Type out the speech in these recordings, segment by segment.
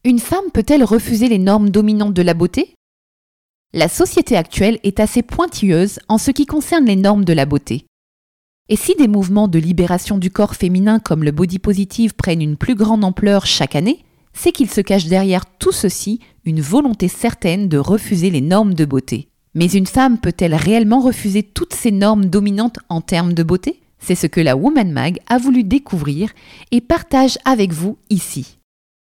Une femme peut-elle refuser les normes dominantes de la beauté ? La société actuelle est assez pointilleuse en ce qui concerne les normes de la beauté. Et si des mouvements de libération du corps féminin comme le body positive prennent une plus grande ampleur chaque année, c'est qu'il se cache derrière tout ceci une volonté certaine de refuser les normes de beauté. Mais une femme peut-elle réellement refuser toutes ces normes dominantes en termes de beauté ? C'est ce que la Woman Mag a voulu découvrir et partage avec vous ici.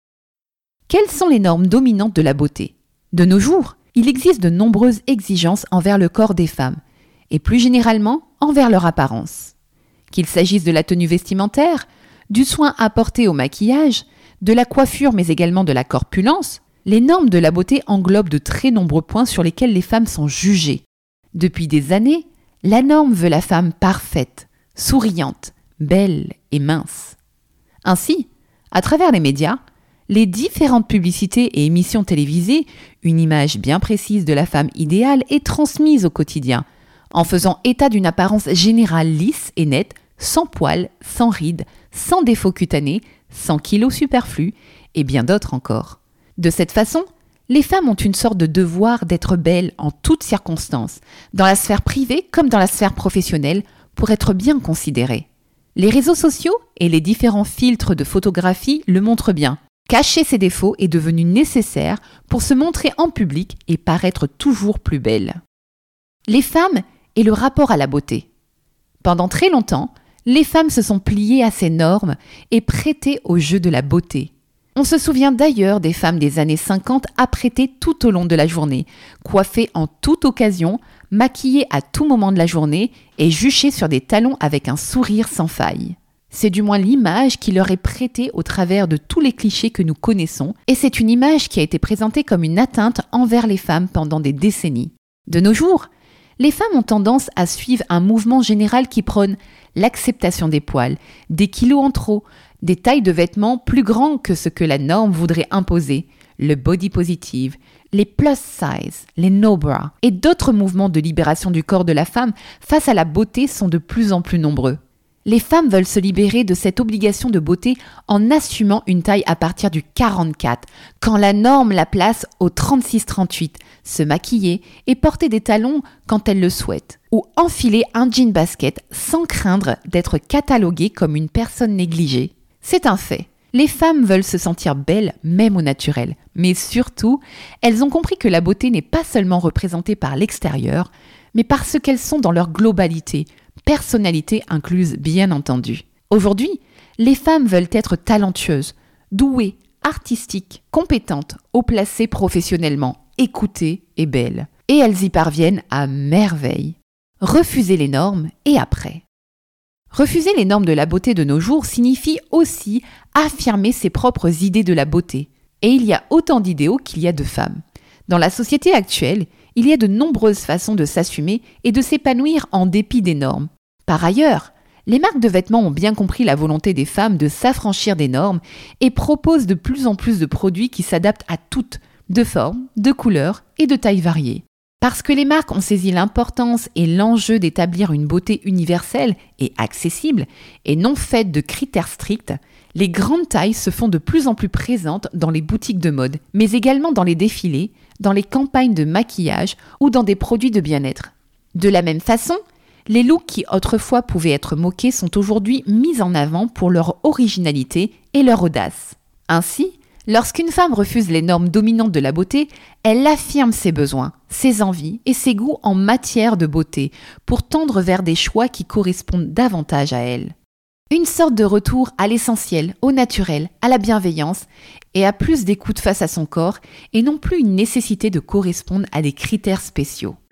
Quelles sont les normes dominantes de la beauté ? De nos jours, il existe de nombreuses exigences envers le corps des femmes, et plus généralement envers leur apparence. Qu'il s'agisse de la tenue vestimentaire, du soin apporté au maquillage, de la coiffure mais également de la corpulence, les normes de la beauté englobent de très nombreux points sur lesquels les femmes sont jugées. Depuis des années, la norme veut la femme parfaite, souriante, belle et mince. Ainsi, à travers les médias, les différentes publicités et émissions télévisées, une image bien précise de la femme idéale est transmise au quotidien, en faisant état d'une apparence générale lisse et nette, sans poils, sans rides, sans défauts cutanés, sans kilos superflus et bien d'autres encore. De cette façon, les femmes ont une sorte de devoir d'être belles en toutes circonstances, dans la sphère privée comme dans la sphère professionnelle, pour être bien considérées. Les réseaux sociaux et les différents filtres de photographie le montrent bien. Cacher ses défauts est devenu nécessaire pour se montrer en public et paraître toujours plus belle. Les femmes et le rapport à la beauté. Pendant très longtemps, les femmes se sont pliées à ces normes et prêtées au jeu de la beauté. On se souvient d'ailleurs des femmes des années 50 apprêtées tout au long de la journée, coiffées en toute occasion, maquillées à tout moment de la journée et juchées sur des talons avec un sourire sans faille. C'est du moins l'image qui leur est prêtée au travers de tous les clichés que nous connaissons, et c'est une image qui a été présentée comme une atteinte envers les femmes pendant des décennies. De nos jours, les femmes ont tendance à suivre un mouvement général qui prône l'acceptation des poils, des kilos en trop, des tailles de vêtements plus grands que ce que la norme voudrait imposer, le body positive, les plus size, les no bra et d'autres mouvements de libération du corps de la femme face à la beauté sont de plus en plus nombreux. Les femmes veulent se libérer de cette obligation de beauté en assumant une taille à partir du 44, quand la norme la place au 36-38, se maquiller et porter des talons quand elles le souhaitent, ou enfiler un jean basket sans craindre d'être cataloguée comme une personne négligée. C'est un fait. Les femmes veulent se sentir belles, même au naturel, mais surtout, elles ont compris que la beauté n'est pas seulement représentée par l'extérieur, mais par ce qu'elles sont dans leur globalité, personnalité incluse bien entendu. Aujourd'hui, les femmes veulent être talentueuses, douées, artistiques, compétentes, haut placées professionnellement, écoutées et belles. Et elles y parviennent à merveille. Refuser les normes et après. Refuser les normes de la beauté de nos jours signifie aussi affirmer ses propres idées de la beauté. Et il y a autant d'idéaux qu'il y a de femmes. Dans la société actuelle, il y a de nombreuses façons de s'assumer et de s'épanouir en dépit des normes. Par ailleurs, les marques de vêtements ont bien compris la volonté des femmes de s'affranchir des normes et proposent de plus en plus de produits qui s'adaptent à toutes, de formes, de couleurs et de tailles variées. Parce que les marques ont saisi l'importance et l'enjeu d'établir une beauté universelle et accessible et non faite de critères stricts, les grandes tailles se font de plus en plus présentes dans les boutiques de mode, mais également dans les défilés, dans les campagnes de maquillage ou dans des produits de bien-être. De la même façon, les looks qui autrefois pouvaient être moqués sont aujourd'hui mis en avant pour leur originalité et leur audace. Ainsi, lorsqu'une femme refuse les normes dominantes de la beauté, elle affirme ses besoins, ses envies et ses goûts en matière de beauté pour tendre vers des choix qui correspondent davantage à elle. Une sorte de retour à l'essentiel, au naturel, à la bienveillance et à plus d'écoute face à son corps et non plus une nécessité de correspondre à des critères spéciaux.